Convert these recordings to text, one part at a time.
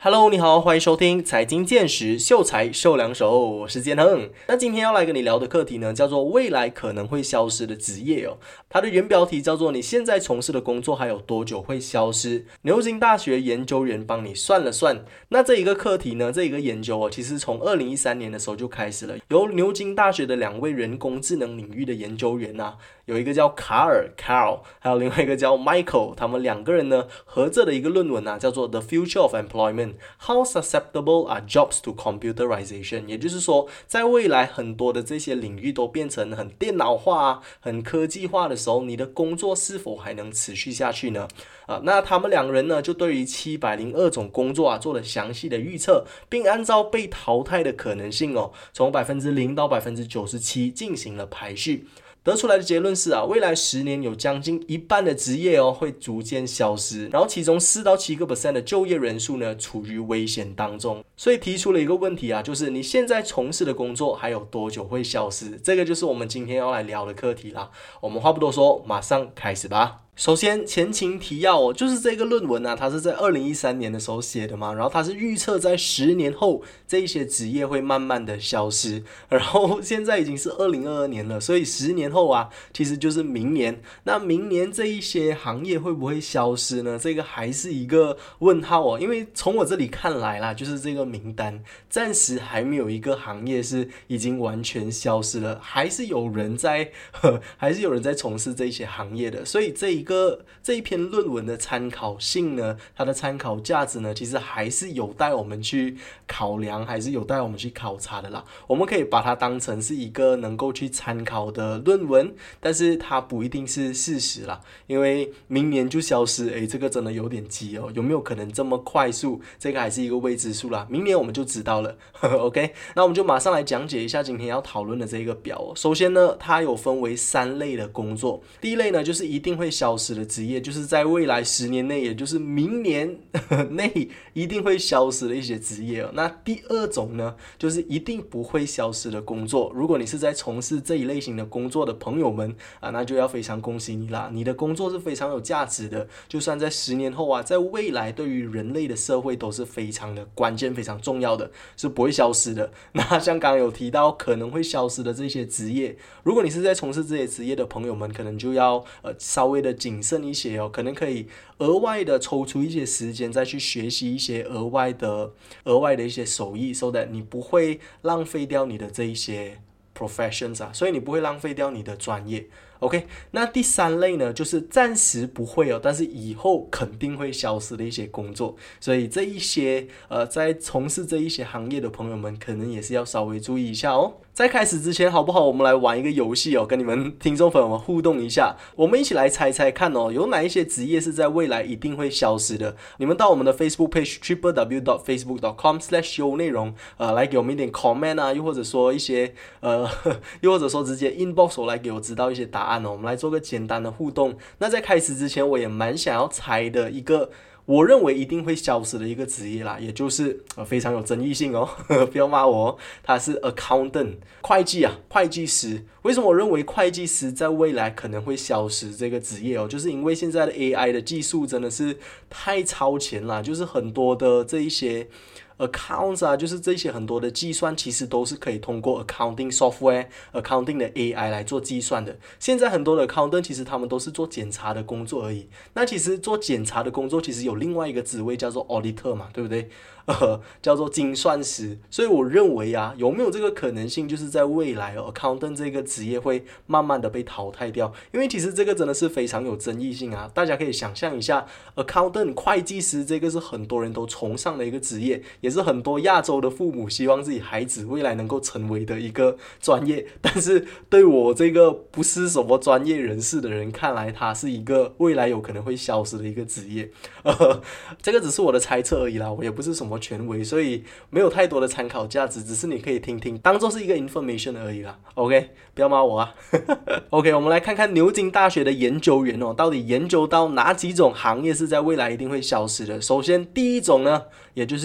Hello， 你好，欢迎收听财经见识，秀财秀两手，我是建亨。那今天要来跟你聊的课题呢，叫做未来可能会消失的职业哦。它的原标题叫做你现在从事的工作还有多久会消失？牛津大学研究员帮你算了算。那这一个课题呢，这一个研究哦，其实从2013年的时候就开始了，由牛津大学的2位人工智能领域的研究员啊，有一个叫卡尔 Carl， 还有另外一个叫 Michael， 他们2个人呢合作的一个论文啊，叫做 The Future of Employment。How susceptible are jobs to computerization？ 也就是说，在未来很多的这些领域都变成很电脑化、很科技化的时候，你的工作是否还能持续下去呢？那他们2人呢，就对于702种工作啊做了详细的预测，并按照被淘汰的可能性哦，从0%到97%进行了排序。得出来的结论是未来10年有将近一半的职业会逐渐消失，然后其中4到7% 的就业人数呢处于危险当中。所以提出了一个问题就是你现在从事的工作还有多久会消失？这个就是我们今天要来聊的课题啦。我们话不多说，马上开始吧。首先前情提要就是这个论文它是在2013年的时候写的嘛，然后它是预测在10年后这一些职业会慢慢的消失，然后现在已经是2022年了，所以10年后其实就是明年。那明年这一些行业会不会消失呢？这个还是一个问号因为从我这里看来啦，就是这个名单暂时还没有一个行业是已经完全消失了，还是有人在从事这些行业的，所以这一篇论文的参考性呢，它的参考价值呢，其实还是有待我们去考量，还是有待我们去考察的啦。我们可以把它当成是一个能够去参考的论文，但是它不一定是事实啦，因为明年就消失，这个真的有点急有没有可能这么快速？这个还是一个未知数啦，明年我们就知道了。OK， 那我们就马上来讲解一下今天要讨论的这个表首先呢，它有分为3类的工作。第一类呢，就是一定会消失的职业，就是在未来10年内，也就是明年内一定会消失的一些职业那第二种呢，就是一定不会消失的工作。如果你是在从事这一类型的工作的朋友们那就要非常恭喜你啦，你的工作是非常有价值的，就算在10年后在未来对于人类的社会都是非常的关键、非常重要的，是不会消失的。那像刚刚有提到可能会消失的这些职业，如果你是在从事这些职业的朋友们，可能就要稍微的谨慎一些可能可以额外的抽出一些时间再去学习一些额外的一些手艺 so that 你不会浪费掉你的这一些 professions 所以你不会浪费掉你的专业。OK， 那第3类呢，就是暂时不会但是以后肯定会消失的一些工作，所以这一些在从事这一些行业的朋友们，可能也是要稍微注意一下在开始之前，好不好？我们来玩一个游戏跟你们听众朋友们互动一下，我们一起来猜猜看有哪一些职业是在未来一定会消失的？你们到我们的 Facebook page www.facebook.com/show 内容来给我们一点 comment 又或者说一些又或者说直接 inbox 我来给我知道一些答案我们来做个简单的互动。那在开始之前，我也蛮想要猜的一个我认为一定会消失的一个职业啦，也就是非常有争议性不要骂我它是 accountant 会计师。为什么我认为会计师在未来可能会消失这个职业就是因为现在的 AI 的技术真的是太超前了，就是很多的这一些accounts 就是这些很多的计算其实都是可以通过 accounting software、accounting 的 AI 来做计算的。现在很多的 accountant 其实他们都是做检查的工作而已。那其实做检查的工作其实有另外一个职位叫做 auditor 嘛，对不对？叫做精算师。所以我认为有没有这个可能性，就是在未来accountant 这个职业会慢慢的被淘汰掉？因为其实这个真的是非常有争议性大家可以想象一下 accountant 会计师这个是很多人都崇尚的一个职业，也是很多亚洲的父母希望自己孩子未来能够成为的一个专业。但是对我这个不是什么专业人士的人看来，它是一个未来有可能会消失的一个职业这个只是我的猜测而已啦，我也不是什么权威，所以没有太多的参考价值，只是你可以听听，当做是一个 information 而已啦。 OK， 不要骂我OK， 我们来看看牛津大学的研究员到底研究到哪几种行业是在未来一定会消失的。首先第一种呢，也就是司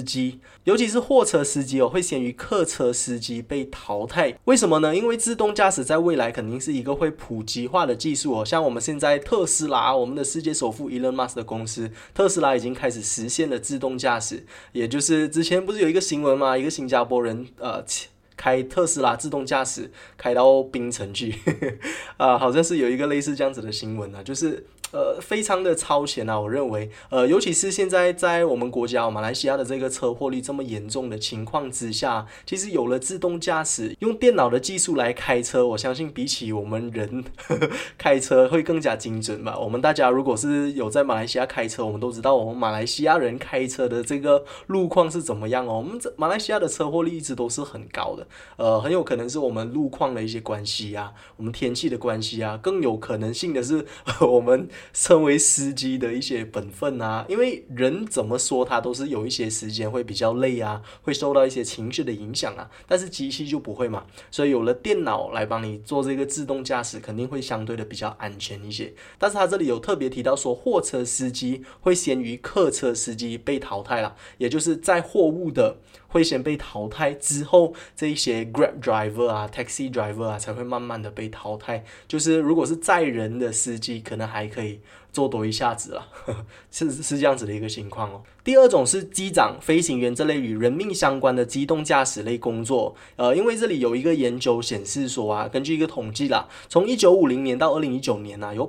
机，尤其是货车司机会先于客车司机被淘汰。为什么呢？因为自动驾驶在未来肯定是一个会普及化的技术像我们现在特斯拉，我们的世界首富 Elon Musk 的公司特斯拉已经开始实现了自动驾驶，也就是之前不是有一个新闻吗？一个新加坡人开特斯拉自动驾驶开到槟城去好像是有一个类似这样子的新闻就是非常的超前我认为尤其是现在在我们国家马来西亚的这个车祸率这么严重的情况之下，其实有了自动驾驶，用电脑的技术来开车，我相信比起我们人开车会更加精准吧。我们大家如果是有在马来西亚开车，我们都知道我们马来西亚人开车的这个路况是怎么样我们马来西亚的车祸率一直都是很高的很有可能是我们路况的一些关系我们天气的关系更有可能性的是我们身为司机的一些本分因为人怎么说他都是有一些时间会比较累会受到一些情绪的影响但是机器就不会嘛，所以有了电脑来帮你做这个自动驾驶，肯定会相对的比较安全一些。但是他这里有特别提到说，货车司机会先于客车司机被淘汰了，也就是载货物的会先被淘汰，之后这一些 Grab driver Taxi driver才会慢慢的被淘汰。就是如果是载人的司机，可能还可以做多一下子是这样子的一个情况第二种是机长、飞行员这类与人命相关的机动驾驶类工作因为这里有一个研究显示说根据一个统计从1950年到2019年有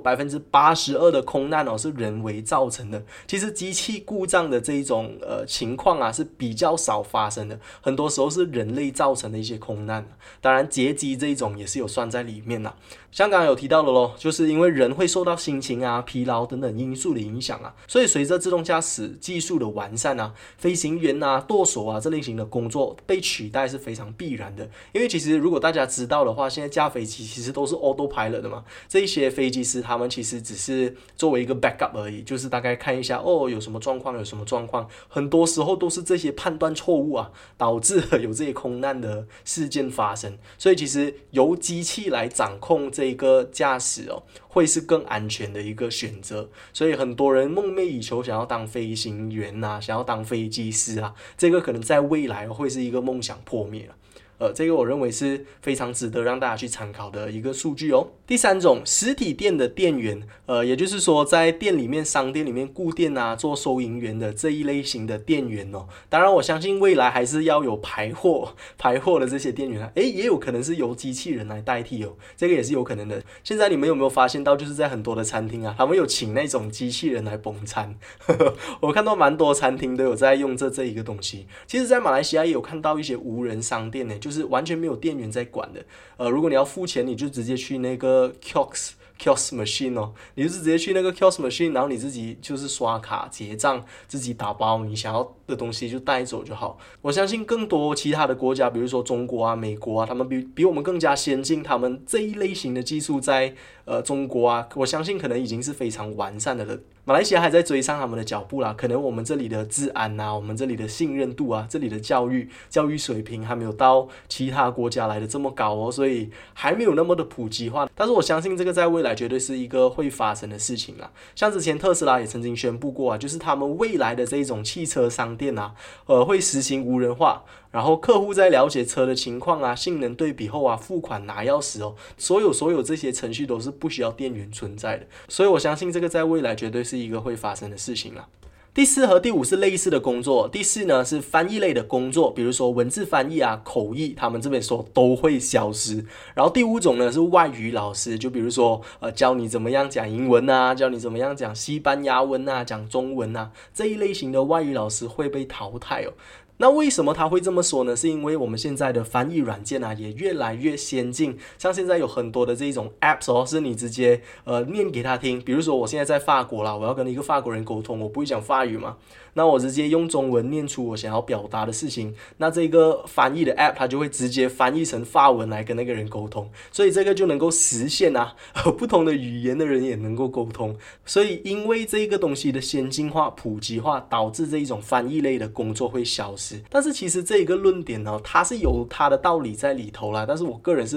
82% 的空难是人为造成的。其实机器故障的这一种情况是比较少发生的，很多时候是人类造成的一些空难当然劫机这一种也是有算在里面像刚刚有提到的咯，就是因为人会受到心情疲劳等等因素的影响所以随着自动驾驶技术的完善飞行员舵手这类型的工作被取代是非常必然的。因为其实如果大家知道的话，现在驾飞机其实都是 autopilot 的嘛，这一些飞机师他们其实只是作为一个 backup 而已，就是大概看一下有什么状况，很多时候都是这些判断错误导致有这些空难的事件发生。所以其实由机器来掌控这个驾驶会是更安全的一个选择。所以很多人梦寐以求想要当飞行员想要当飞机师这个可能在未来会是一个梦想破灭这个我认为是非常值得让大家去参考的一个数据第三种，实体店的店员也就是说在店里面商店里面顾店做收银员的这一类型的店员当然我相信未来还是要有排货的这些店员也有可能是由机器人来代替这个也是有可能的。现在你们有没有发现到，就是在很多的餐厅他们有请那种机器人来捧餐我看到蛮多餐厅都有在用这一个东西。其实在马来西亚也有看到一些无人商店就是完全没有店员在管的如果你要付钱，你就直接去那个 kiosk machine 你就是直接去那个 kiosk machine， 然后你自己就是刷卡结账，自己打包你想要的东西就带走就好。我相信更多其他的国家，比如说中国美国他们比我们更加先进，他们这一类型的技术在中国我相信可能已经是非常完善的了。马来西亚还在追上他们的脚步可能我们这里的治安我们这里的信任度这里的教育水平还没有到其他国家来的这么高所以还没有那么的普及化。但是我相信这个在未来绝对是一个会发生的事情像之前特斯拉也曾经宣布过就是他们未来的这种汽车商店会实行无人化，然后客户在了解车的情况性能对比后付款拿钥匙所有这些程序都是不需要店员存在的。所以我相信这个在未来绝对是一个会发生的事情第4和第5是类似的工作。第4呢是翻译类的工作，比如说文字翻译口译，他们这边说都会消失。然后第5种呢是外语老师，就比如说教你怎么样讲英文教你怎么样讲西班牙文讲中文这一类型的外语老师会被淘汰那为什么他会这么说呢？是因为我们现在的翻译软件也越来越先进，像现在有很多的这种 apps 是你直接念给他听。比如说我现在在法国我要跟一个法国人沟通，我不会讲法语嘛，那我直接用中文念出我想要表达的事情，那这个翻译的 app 它就会直接翻译成法文来跟那个人沟通，所以这个就能够实现不同的语言的人也能够沟通。所以因为这个东西的先进化普及化，导致这一种翻译类的工作会消失。但是其实这一个论点它是有它的道理在里头啦，但是我个人是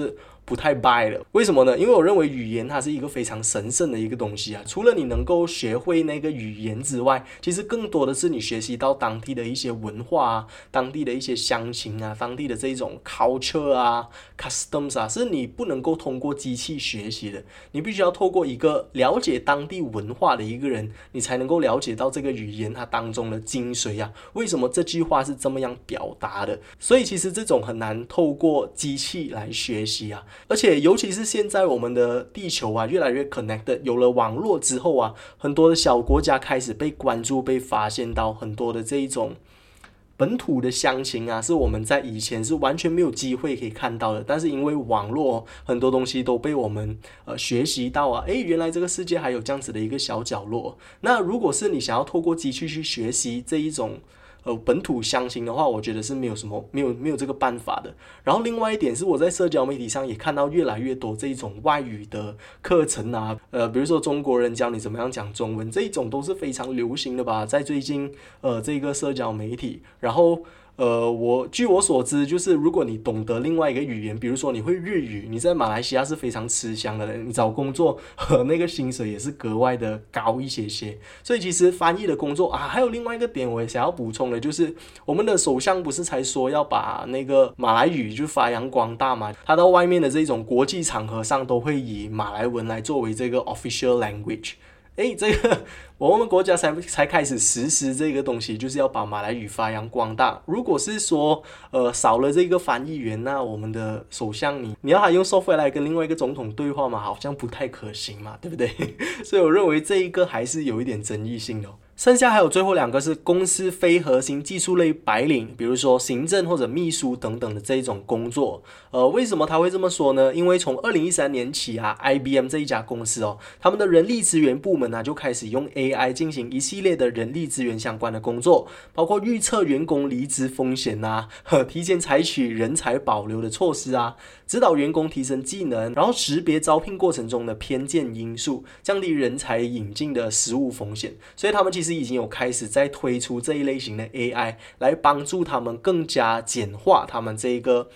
不太 buy 了。为什么呢？因为我认为语言它是一个非常神圣的一个东西啊，除了你能够学会那个语言之外，其实更多的是你学习到当地的一些文化啊，当地的一些乡情啊，当地的这种 culture 啊 customs 啊，是你不能够通过机器学习的，你必须要透过一个了解当地文化的一个人，你才能够了解到这个语言它当中的精髓啊，为什么这句话是这么样表达的。所以其实这种很难透过机器来学习啊，而且尤其是现在我们的地球啊越来越 connected， 有了网络之后啊，很多的小国家开始被关注，被发现到很多的这一种本土的乡情啊，是我们在以前是完全没有机会可以看到的，但是因为网络很多东西都被我们学习到啊，原来这个世界还有这样子的一个小角落。那如果是你想要透过机器去学习这一种本土乡情的话，我觉得是没有这个办法的。然后另外一点是，我在社交媒体上也看到越来越多这一种外语的课程啊，比如说中国人教你怎么样讲中文，这一种都是非常流行的吧，在最近这个社交媒体。然后据我所知，就是如果你懂得另外一个语言，比如说你会日语，你在马来西亚是非常吃香的，你找工作那个薪水也是格外的高一些些。所以其实翻译的工作啊，还有另外一个点我也想要补充的，就是我们的首相不是才说要把那个马来语就发扬光大嘛，他到外面的这种国际场合上都会以马来文来作为这个 official language。这个我们国家才开始实施这个东西，就是要把马来语发扬光大。如果是说少了这个翻译员，那我们的首相你要他用 software 来跟另外一个总统对话嘛，好像不太可行嘛，对不对？所以我认为这一个还是有一点争议性的。剩下还有最后两个是公司非核心技术类白领，比如说行政或者秘书等等的这一种工作。为什么他会这么说呢？因为从2013年起啊 ，IBM 这一家公司他们的人力资源部门就开始用 AI 进行一系列的人力资源相关的工作，包括预测员工离职风险啊，提前采取人才保留的措施啊，指导员工提升技能，然后识别招聘过程中的偏见因素，降低人才引进的失误风险。所以他们其实已经有开始在推出这一类型的 AI 来帮助他们更加简化他们这个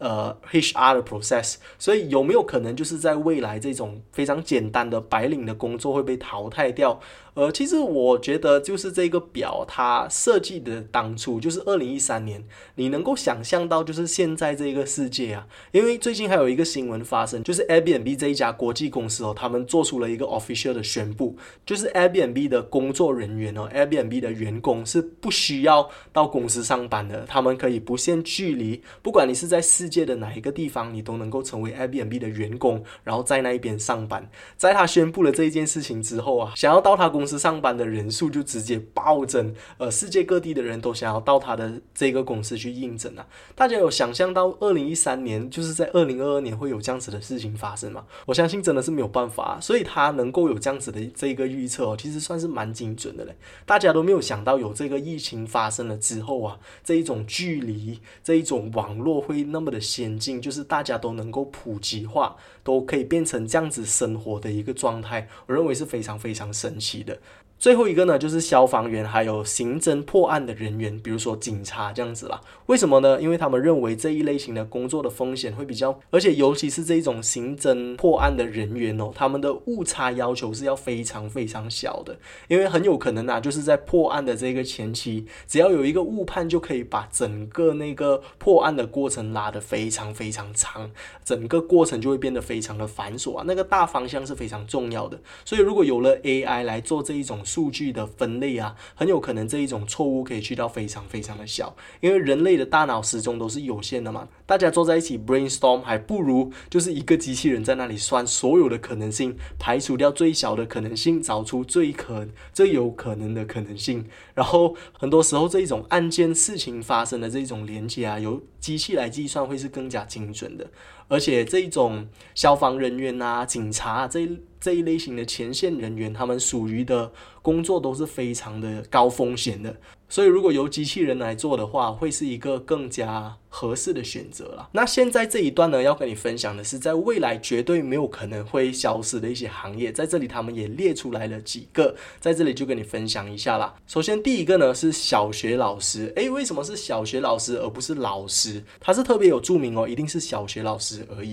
HR 的 process。 所以有没有可能就是在未来这种非常简单的白领的工作会被淘汰掉？其实我觉得就是这个表它设计的当初就是2013年，你能够想象到就是现在这个世界啊，因为最近还有一个新闻发生，就是 Airbnb 这一家国际公司他们做出了一个 official 的宣布，就是 Airbnb 的工作人员Airbnb 的员工是不需要到公司上班的，他们可以不限距离，不管你是在世界的哪一个地方，你都能够成为 Airbnb 的员工，然后在那一边上班。在他宣布了这一件事情之后啊，想要到他公司上班的人数就直接暴增，世界各地的人都想要到他的这个公司去应征啊。大家有想象到2013年就是在2022年会有这样子的事情发生吗？我相信真的是没有办法，所以他能够有这样子的这个预测其实算是蛮精准的嘞。大家都没有想到有这个疫情发生了之后啊，这一种距离，这一种网络会那么的先进，就是大家都能够普及化，都可以变成这样子生活的一个状态，我认为是非常非常神奇的。最后一个呢，就是消防员还有刑侦破案的人员，比如说警察这样子啦。为什么呢？因为他们认为这一类型的工作的风险会比较，而且尤其是这种刑侦破案的人员他们的误差要求是要非常非常小的，因为很有可能就是在破案的这个前期，只要有一个误判就可以把整个那个破案的过程拉得非常非常长，整个过程就会变得非常的繁琐啊。那个大方向是非常重要的，所以如果有了 AI 来做这一种数据的分类啊，很有可能这一种错误可以去到非常非常的小，因为人类的大脑始终都是有限的嘛，大家坐在一起 brainstorm 还不如就是一个机器人在那里算所有的可能性，排除掉最小的可能性，找出最有可能的可能性，然后很多时候这一种案件事情发生的这种连接啊，由机器来计算会是更加精准的。而且这一种消防人员啊、警察这一类型的前线人员，他们属于的工作都是非常的高风险的，所以如果由机器人来做的话，会是一个更加合适的选择啦。那现在这一段呢，要跟你分享的是在未来绝对没有可能会消失的一些行业，在这里他们也列出来了几个，在这里就跟你分享一下啦。首先第一个呢是小学老师，为什么是小学老师而不是老师？他是特别有注明一定是小学老师而已。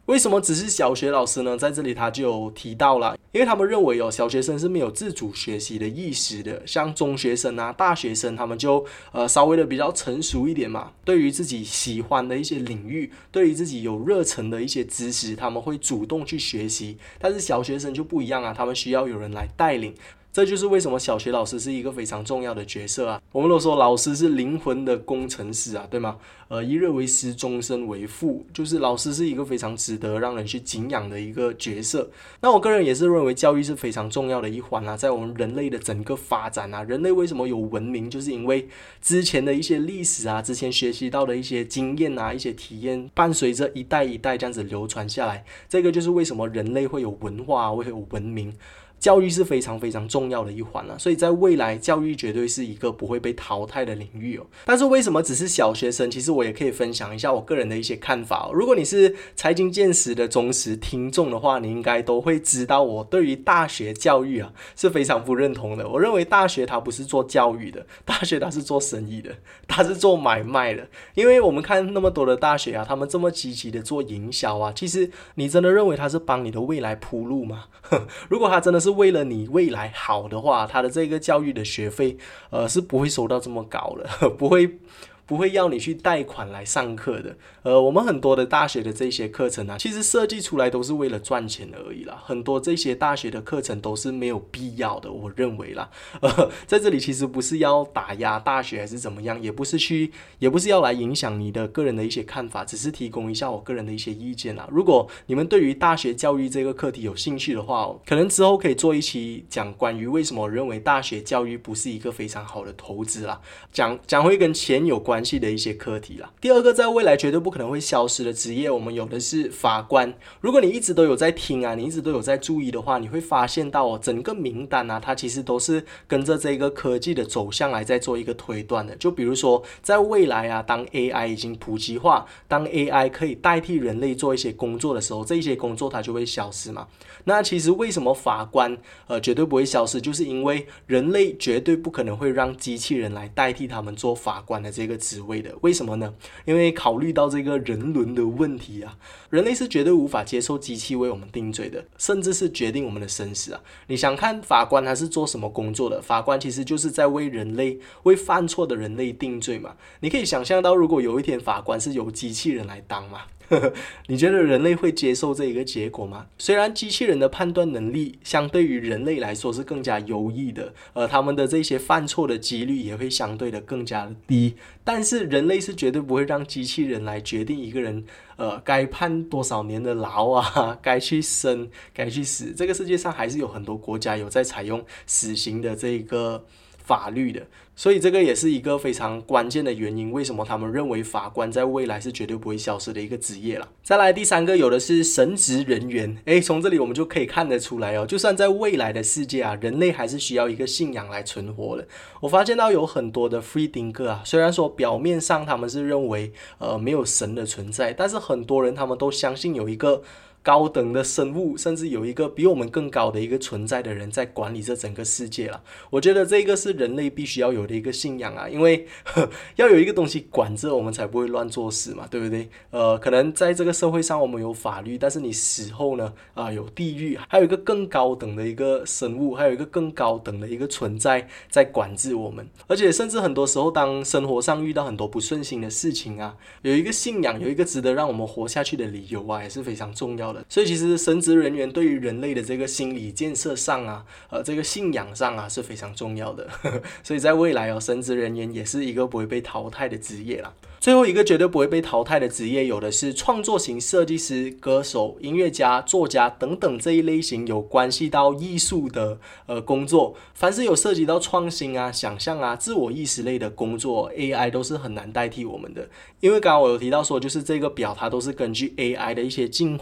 为什么只是小学老师呢？在这里他就有提到了，因为他们认为小学生是没有自主学习的意识的，像中学生啊、大学生，他们就稍微的比较成熟一点嘛，对于自己喜欢的一些领域，对于自己有热忱的一些知识，他们会主动去学习。但是小学生就不一样啊，他们需要有人来带领。这就是为什么小学老师是一个非常重要的角色啊。我们都说老师是灵魂的工程师啊，对吗？一日为师，终身为父，就是老师是一个非常值得让人去敬仰的一个角色。那我个人也是认为教育是非常重要的一环啊，在我们人类的整个发展啊，人类为什么有文明，就是因为之前的一些历史啊，之前学习到的一些经验啊，一些体验，伴随着一代一代这样子流传下来，这个就是为什么人类会有文化，会有文明。教育是非常非常重要的一环了，所以在未来教育绝对是一个不会被淘汰的领域哦。但是为什么只是小学生？其实我也可以分享一下我个人的一些看法哦。如果你是财经见识的忠实听众的话，你应该都会知道我对于大学教育是非常不认同的。我认为大学它不是做教育的，大学它是做生意的，它是做买卖的。因为我们看那么多的大学他们这么积极的做营销其实你真的认为它是帮你的未来铺路吗？如果它真的是为了你未来好的话，他的这个教育的学费是不会收到这么高的，不会要你去贷款来上课的。我们很多的大学的这些课程其实设计出来都是为了赚钱而已啦。很多这些大学的课程都是没有必要的，我认为啦。在这里其实不是要打压大学还是怎么样，也不是要来影响你的个人的一些看法，只是提供一下我个人的一些意见啦。如果你们对于大学教育这个课题有兴趣的话可能之后可以做一期讲关于为什么我认为大学教育不是一个非常好的投资啦，讲会跟钱有关系的一些课题啦。第二个，在未来绝对不可能会消失的职业，我们有的是法官。如果你一直都有在听你一直都有在注意的话，你会发现到整个名单它其实都是跟着这个科技的走向来在做一个推断的。就比如说在未来当 AI 已经普及化，当 AI 可以代替人类做一些工作的时候，这些工作它就会消失嘛。那其实为什么法官绝对不会消失，就是因为人类绝对不可能会让机器人来代替他们做法官的这个职位的。为什么呢？因为考虑到这个人伦的问题人类是绝对无法接受机器为我们定罪的，甚至是决定我们的生死你想看法官他是做什么工作的？法官其实就是在为犯错的人类定罪嘛。你可以想象到，如果有一天法官是由机器人来当嘛，你觉得人类会接受这一个结果吗？虽然机器人的判断能力相对于人类来说是更加优异的，他们的这些犯错的几率也会相对的更加的低，但是人类是绝对不会让机器人来决定一个人该判多少年的牢该去生该去死。这个世界上还是有很多国家有在采用死刑的这个法律的，所以这个也是一个非常关键的原因，为什么他们认为法官在未来是绝对不会消失的一个职业啦。再来第三个，有的是神职人员。从这里我们就可以看得出来就算在未来的世界人类还是需要一个信仰来存活的。我发现到有很多的 free thinker虽然说表面上他们是认为没有神的存在，但是很多人他们都相信有一个高等的生物，甚至有一个比我们更高的一个存在的人在管理这整个世界了。我觉得这个是人类必须要有的一个信仰因为要有一个东西管着我们才不会乱做事嘛，对不对？可能在这个社会上我们有法律，但是你死后呢有地狱，还有一个更高等的一个生物，还有一个更高等的一个存在在管制我们。而且甚至很多时候当生活上遇到很多不顺心的事情有一个信仰，有一个值得让我们活下去的理由也是非常重要的。所以其实神职人员对于人类的这个心理建设上这个信仰上是非常重要的所以在未来神职人员也是一个不会被淘汰的职业啦。最后一个绝对不会被淘汰的职业，有的是创作型设计师、歌手、音乐家、作家等等这一类型有关系到艺术的工作。凡是有涉及到创新想象自我意识类的工作， AI 都是很难代替我们的。因为刚刚我有提到说，就是这个表它都是根据 AI 的一些进化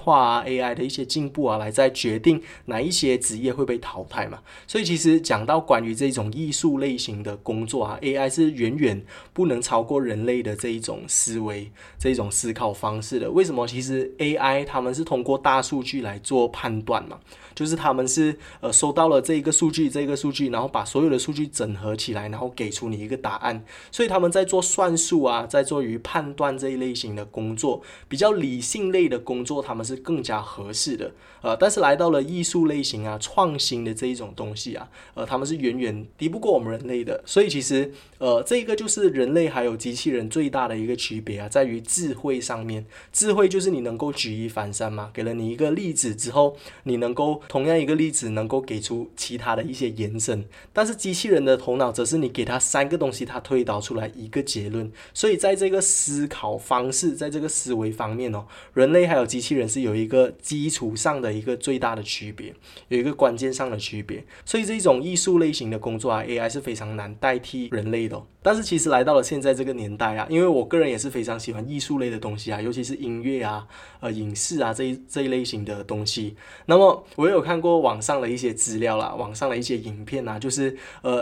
AI 的一些进步啊，来再决定哪一些职业会被淘汰嘛。所以其实讲到关于这种艺术类型的工作啊， AI 是远远不能超过人类的这一种思维，这一种思考方式的。为什么？其实 AI 他们是通过大数据来做判断嘛，就是他们是收到了这个数据，然后把所有的数据整合起来，然后给出你一个答案。所以他们在做算术啊，在做于判断这一类型的工作，比较理性类的工作，他们是更加合适的。但是来到了艺术类型啊、创新的这一种东西啊，他们是远远敌不过我们人类的。所以其实这一个就是人类还有机器人最大的一个区别啊，在于智慧上面。智慧就是你能够举一反三嘛，给了你一个例子之后，你能够同样一个例子能够给出其他的一些延伸。但是机器人的头脑则是你给它3个东西，它推导出来一个结论。所以在这个思考方式，在这个思维方面人类还有机器人是有一个基础上的一个最大的区别，有一个关键上的区别。所以这种艺术类型的工作啊， AI 是非常难代替人类的。但是其实来到了现在这个年代啊，因为我个人也是非常喜欢艺术类的东西啊，尤其是音乐啊、影视啊这一类型的东西。那么我有看过网上的一些资料啦，网上的一些影片啊，就是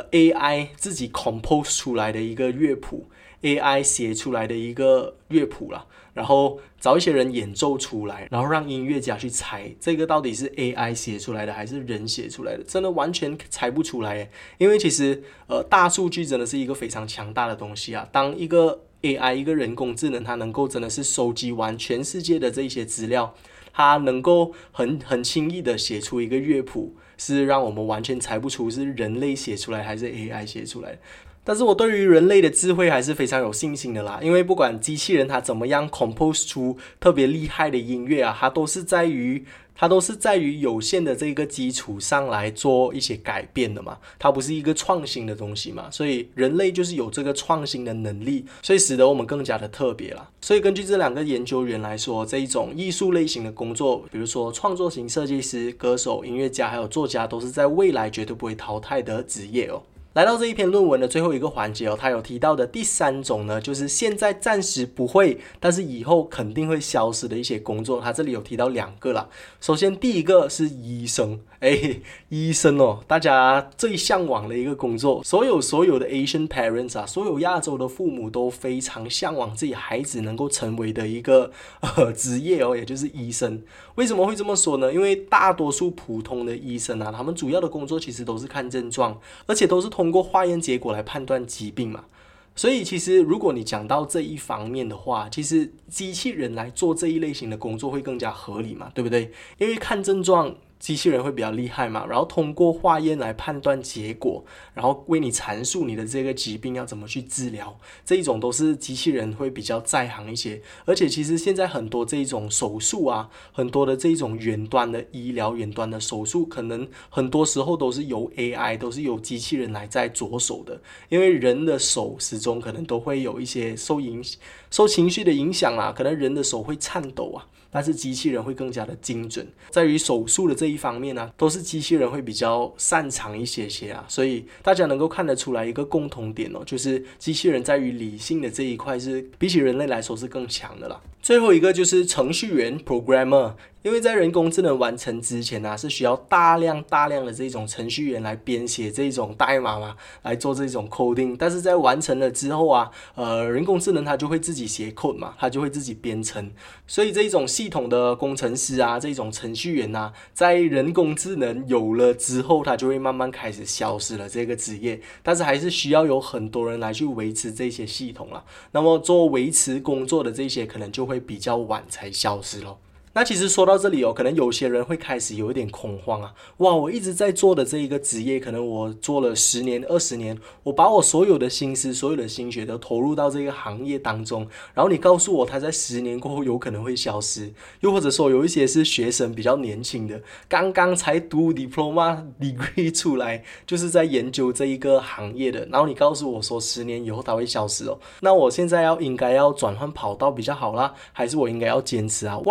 AI 自己 compose 出来的一个乐谱， AI 写出来的一个乐谱啦，然后找一些人演奏出来，然后让音乐家去猜这个到底是 AI 写出来的还是人写出来的，真的完全猜不出来耶。因为其实大数据真的是一个非常强大的东西啊。当一个 AI 一个人工智能，它能够真的是收集完全世界的这些资料，它能够很轻易的写出一个乐谱，是让我们完全猜不出是人类写出来还是 AI 写出来的。但是我对于人类的智慧还是非常有信心的啦，因为不管机器人它怎么样 compose 出特别厉害的音乐啊，它都是在于有限的这个基础上来做一些改变的嘛，它不是一个创新的东西嘛，所以人类就是有这个创新的能力，所以使得我们更加的特别啦。所以根据这2个研究员来说，这一种艺术类型的工作，比如说创作型设计师、歌手、音乐家还有作家，都是在未来绝对不会淘汰的职业哦。来到这一篇论文的最后一个环节他有提到的第3种呢，就是现在暂时不会，但是以后肯定会消失的一些工作。他这里有提到2个啦。首先第一个是医生，医生大家最向往的一个工作，所有的 Asian parents 啊，所有亚洲的父母都非常向往自己孩子能够成为的一个职业也就是医生。为什么会这么说呢？因为大多数普通的医生啊，他们主要的工作其实都是看症状，而且都是通过化验结果来判断疾病嘛。所以其实如果你讲到这一方面的话，其实机器人来做这一类型的工作会更加合理嘛，对不对？因为看症状机器人会比较厉害嘛，然后通过化验来判断结果，然后为你阐述你的这个疾病要怎么去治疗，这一种都是机器人会比较在行一些。而且其实现在很多这一种手术啊，很多的这种远端的医疗、远端的手术，可能很多时候都是由 AI 都是由机器人来在着手的，因为人的手始终可能都会有一些受情绪的影响啦，可能人的手会颤抖啊，但是机器人会更加的精准。在于手术的这一方面呢，都是机器人会比较擅长一些啊，所以大家能够看得出来一个共同点就是机器人在于理性的这一块是比起人类来说是更强的啦。最后一个就是程序员 programmer， 因为在人工智能完成之前是需要大量的这种程序员来编写这种代码嘛，来做这种 coding。但是在完成了之后人工智能它就会自己写 code 嘛，它就会自己编程。所以这种系统的工程师这种程序员在人工智能有了之后，它就会慢慢开始消失了这个职业。但是还是需要有很多人来去维持这些系统啦。那么做维持工作的这些可能就会比较晚才消失咯。那其实说到这里可能有些人会开始有一点恐慌哇，我一直在做的这一个职业，可能我做了10年、20年，我把我所有的心思、所有的心血都投入到这个行业当中，然后你告诉我它在10年过后有可能会消失，又或者说有一些是学生比较年轻的，刚刚才读 diploma degree 出来，就是在研究这一个行业的，然后你告诉我说10年以后它会消失那我现在应该要转换跑道比较好啦，还是我应该要坚持万一你这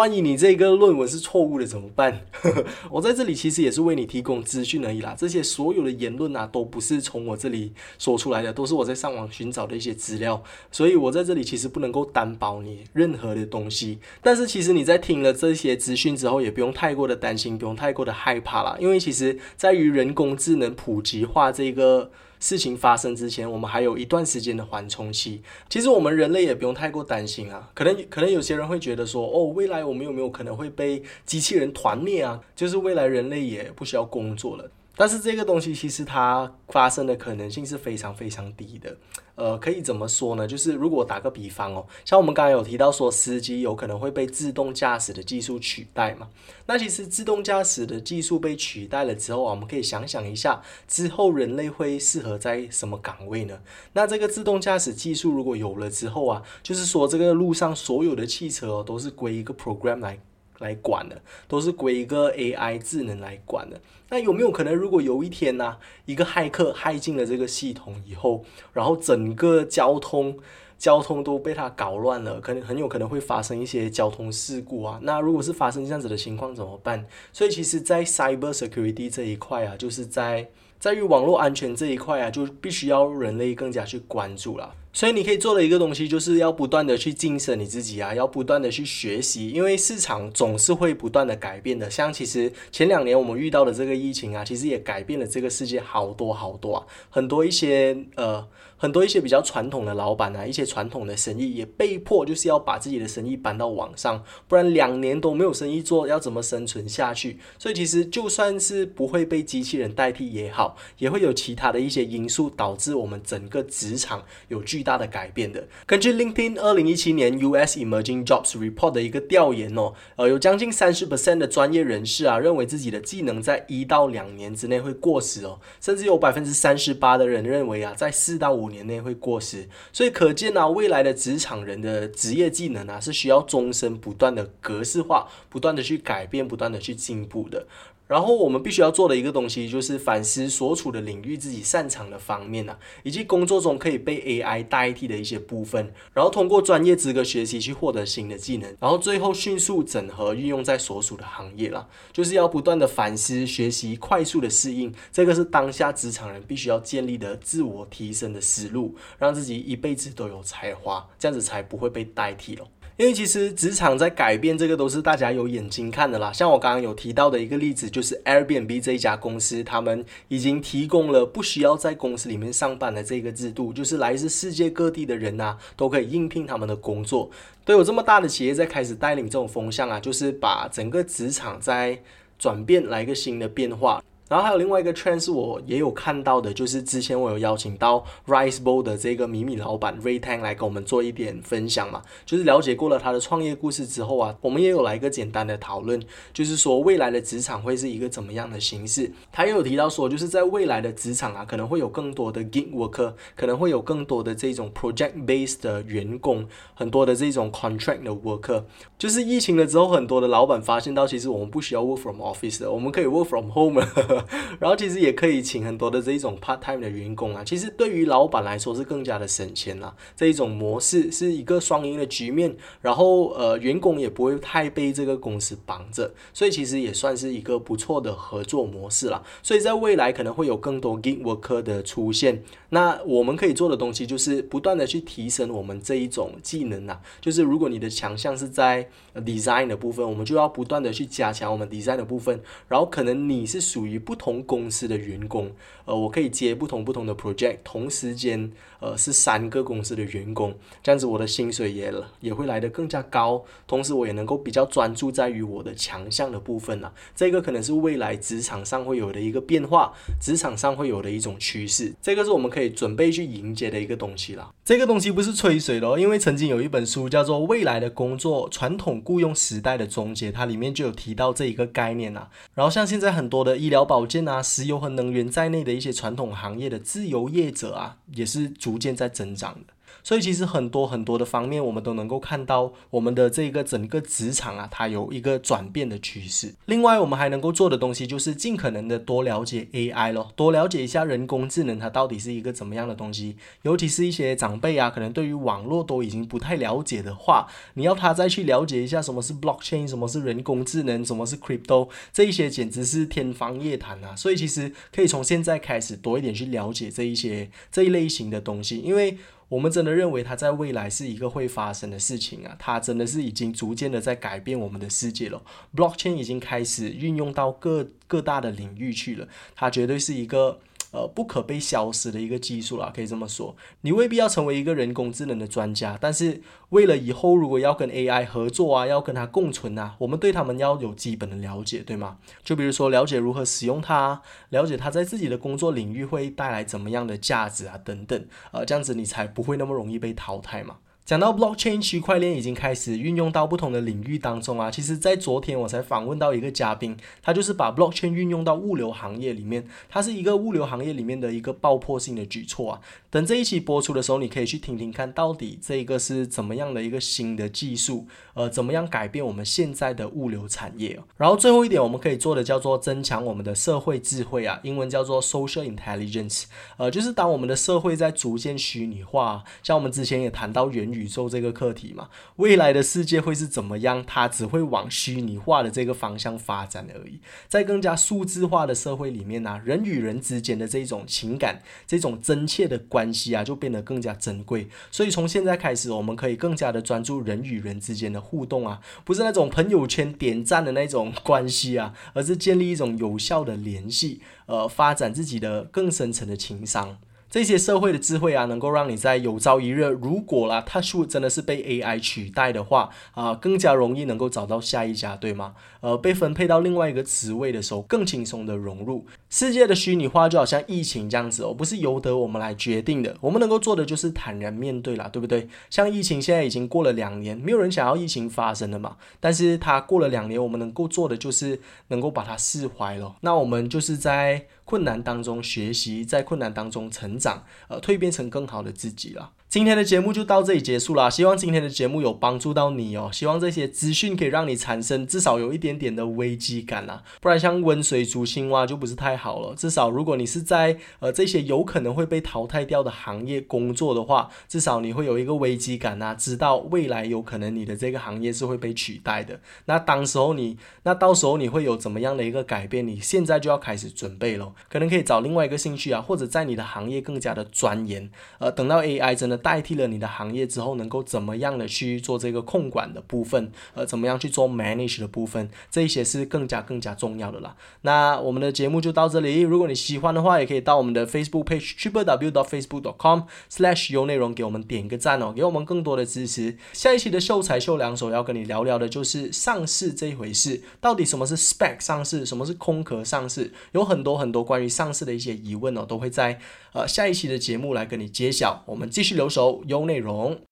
这个论文是错误的怎么办？我在这里其实也是为你提供资讯而已啦，这些所有的言论啊都不是从我这里说出来的，都是我在上网寻找的一些资料，所以我在这里其实不能够担保你任何的东西。但是其实你在听了这些资讯之后，也不用太过的担心，不用太过的害怕啦，因为其实在于人工智能普及化这个事情发生之前，我们还有一段时间的缓冲期。其实我们人类也不用太过担心啊。可能有些人会觉得说，未来我们有没有可能会被机器人团灭啊？就是未来人类也不需要工作了。但是这个东西其实它发生的可能性是非常非常低的。可以怎么说呢？就是如果打个比方像我们刚才有提到说司机有可能会被自动驾驶的技术取代嘛，那其实自动驾驶的技术被取代了之后我们可以想想一下之后人类会适合在什么岗位呢？那这个自动驾驶技术如果有了之后就是说这个路上所有的汽车都是归一个 program 来管的，都是归一个 AI 智能来管的。那有没有可能如果有一天一个骇客骇进了这个系统以后，然后整个交通都被他搞乱了，很有可能会发生一些交通事故那如果是发生这样子的情况怎么办？所以其实在 cyber security 这一块就是在于网络安全这一块就必须要人类更加去关注了。所以你可以做的一个东西就是要不断的去晋升你自己要不断的去学习，因为市场总是会不断的改变的。像其实前2年我们遇到的这个疫情其实也改变了这个世界好多很多一些比较传统的老板一些传统的生意也被迫就是要把自己的生意搬到网上，不然2年都没有生意做，要怎么生存下去？所以其实就算是不会被机器人代替也好，也会有其他的一些因素导致我们整个职场有巨大的改变的。根据 LinkedIn 2017年 US Emerging Jobs Report 的一个调研有将近 30% 的专业人士认为自己的技能在1到2年之内会过时甚至有 38% 的人认为在4到5年内会过时。所以可见未来的职场人的职业技能是需要终身不断的格式化，不断的去改变，不断的去进步的。然后我们必须要做的一个东西就是反思所处的领域自己擅长的方面以及工作中可以被 AI 代替的一些部分，然后通过专业资格学习去获得新的技能，然后最后迅速整合运用在所属的行业啦。就是要不断的反思学习，快速的适应，这个是当下职场人必须要建立的自我提升的思路，让自己一辈子都有才华，这样子才不会被代替咯。因为其实职场在改变，这个都是大家有眼睛看的啦。像我刚刚有提到的一个例子，就是 Airbnb 这一家公司，他们已经提供了不需要在公司里面上班的这个制度，就是来自世界各地的人都可以应聘他们的工作。都有这么大的企业在开始带领这种风向就是把整个职场在转变，来一个新的变化。然后还有另外一个 trend 是我也有看到的，就是之前我有邀请到 Rice Bowl 的这个米米老板 Ray Tang 来跟我们做一点分享嘛，就是了解过了他的创业故事之后我们也有来一个简单的讨论，就是说未来的职场会是一个怎么样的形式。他也有提到说，就是在未来的职场可能会有更多的 gig worker， 可能会有更多的这种 project based 的员工，很多的这种 contract 的 worker。就是疫情了之后，很多的老板发现到其实我们不需要 work from office 的，我们可以 work from home 然后其实也可以请很多的这一种 part time 的员工其实对于老板来说是更加的省钱啦。这一种模式是一个双赢的局面，然后员工也不会太被这个公司绑着，所以其实也算是一个不错的合作模式啦。所以在未来可能会有更多 gig worker 的出现，那我们可以做的东西就是不断的去提升我们这一种技能就是如果你的强项是在design 的部分，我们就要不断的去加强我们 design 的部分。然后可能你是属于不同公司的员工，我可以接不同的 project， 同时间是3个公司的员工，这样子我的薪水也会来得更加高，同时我也能够比较专注在于我的强项的部分这个可能是未来职场上会有的一个变化，职场上会有的一种趋势，这个是我们可以准备去迎接的一个东西啦。这个东西不是吹水的因为曾经有一本书叫做《未来的工作：传统雇佣时代的终结》，它里面就有提到这一个概念然后像现在很多的医疗保健石油和能源在内的一些传统行业的自由业者也是逐渐在增长的。 所以其实很多很多的方面我们都能够看到我们的这个整个职场啊，它有一个转变的趋势。另外我们还能够做的东西就是尽可能的多了解 AI 咯，多了解一下人工智能它到底是一个怎么样的东西，尤其是一些长辈啊，可能对于网络都已经不太了解的话，你要他再去了解一下什么是 blockchain， 什么是人工智能，什么是 crypto， 这一些简直是天方夜谭啊。所以其实可以从现在开始多一点去了解这一类型的东西，因为我们真的认为它在未来是一个会发生的事情啊，它真的是已经逐渐的在改变我们的世界了。blockchain 已经开始运用到各大的领域去了，它绝对是一个不可被消失的一个技术啦，可以这么说。你未必要成为一个人工智能的专家，但是为了以后如果要跟 AI 合作啊，要跟它共存啊，我们对他们要有基本的了解，对吗？就比如说了解如何使用它，了解它在自己的工作领域会带来怎么样的价值啊，等等，这样子你才不会那么容易被淘汰嘛。讲到 blockchain 区块链已经开始运用到不同的领域当中啊，其实在昨天我才访问到一个嘉宾，他就是把 blockchain 运用到物流行业里面，它是一个物流行业里面的一个爆破性的举措啊。等这一期播出的时候，你可以去听听看到底这个是怎么样的一个新的技术，怎么样改变我们现在的物流产业哦。然后最后一点我们可以做的叫做增强我们的社会智慧啊，英文叫做 social intelligence，就是当我们的社会在逐渐虚拟化，像我们之前也谈到元宇宙这个课题嘛，未来的世界会是怎么样，它只会往虚拟化的这个方向发展而已。在更加数字化的社会里面啊，人与人之间的这种情感，这种真切的关系啊，就变得更加珍贵。所以从现在开始，我们可以更加的专注人与人之间的互动啊，不是那种朋友圈点赞的那种关系啊，而是建立一种有效的联系，发展自己的更深层的情商。这些社会的智慧啊，能够让你在有朝一日，如果啦touch wood真的是被 AI 取代的话更加容易能够找到下一家，对吗？被分配到另外一个职位的时候，更轻松的融入。世界的虚拟化就好像疫情这样子不是由得我们来决定的，我们能够做的就是坦然面对啦，对不对？像疫情现在已经过了2年，没有人想要疫情发生的嘛，但是它过了2年，我们能够做的就是能够把它释怀了。那我们就是在困难当中学习，在困难当中成长，蜕变成更好的自己啦。今天的节目就到这里结束啦，希望今天的节目有帮助到你希望这些资讯可以让你产生至少有一点点的危机感啦，不然像温水煮青蛙就不是太好了。至少如果你是在这些有可能会被淘汰掉的行业工作的话，至少你会有一个危机感啊，知道未来有可能你的这个行业是会被取代的。那到时候你会有怎么样的一个改变，你现在就要开始准备咯，可能可以找另外一个兴趣啊，或者在你的行业更加的钻研，等到 AI 真的代替了你的行业之后，能够怎么样的去做这个控管的部分，怎么样去做 manage 的部分，这一些是更加重要的啦。那我们的节目就到这里，如果你喜欢的话，也可以到我们的 Facebook page www.facebook.com/有内容给我们点个赞给我们更多的支持。下一期的秀才秀两手要跟你聊聊的就是上市这一回事，到底什么是 SPAC 上市，什么是空壳上市，有很多关于上市的一些疑问都会在下一期的节目来跟你揭晓。我们继续留守有内容。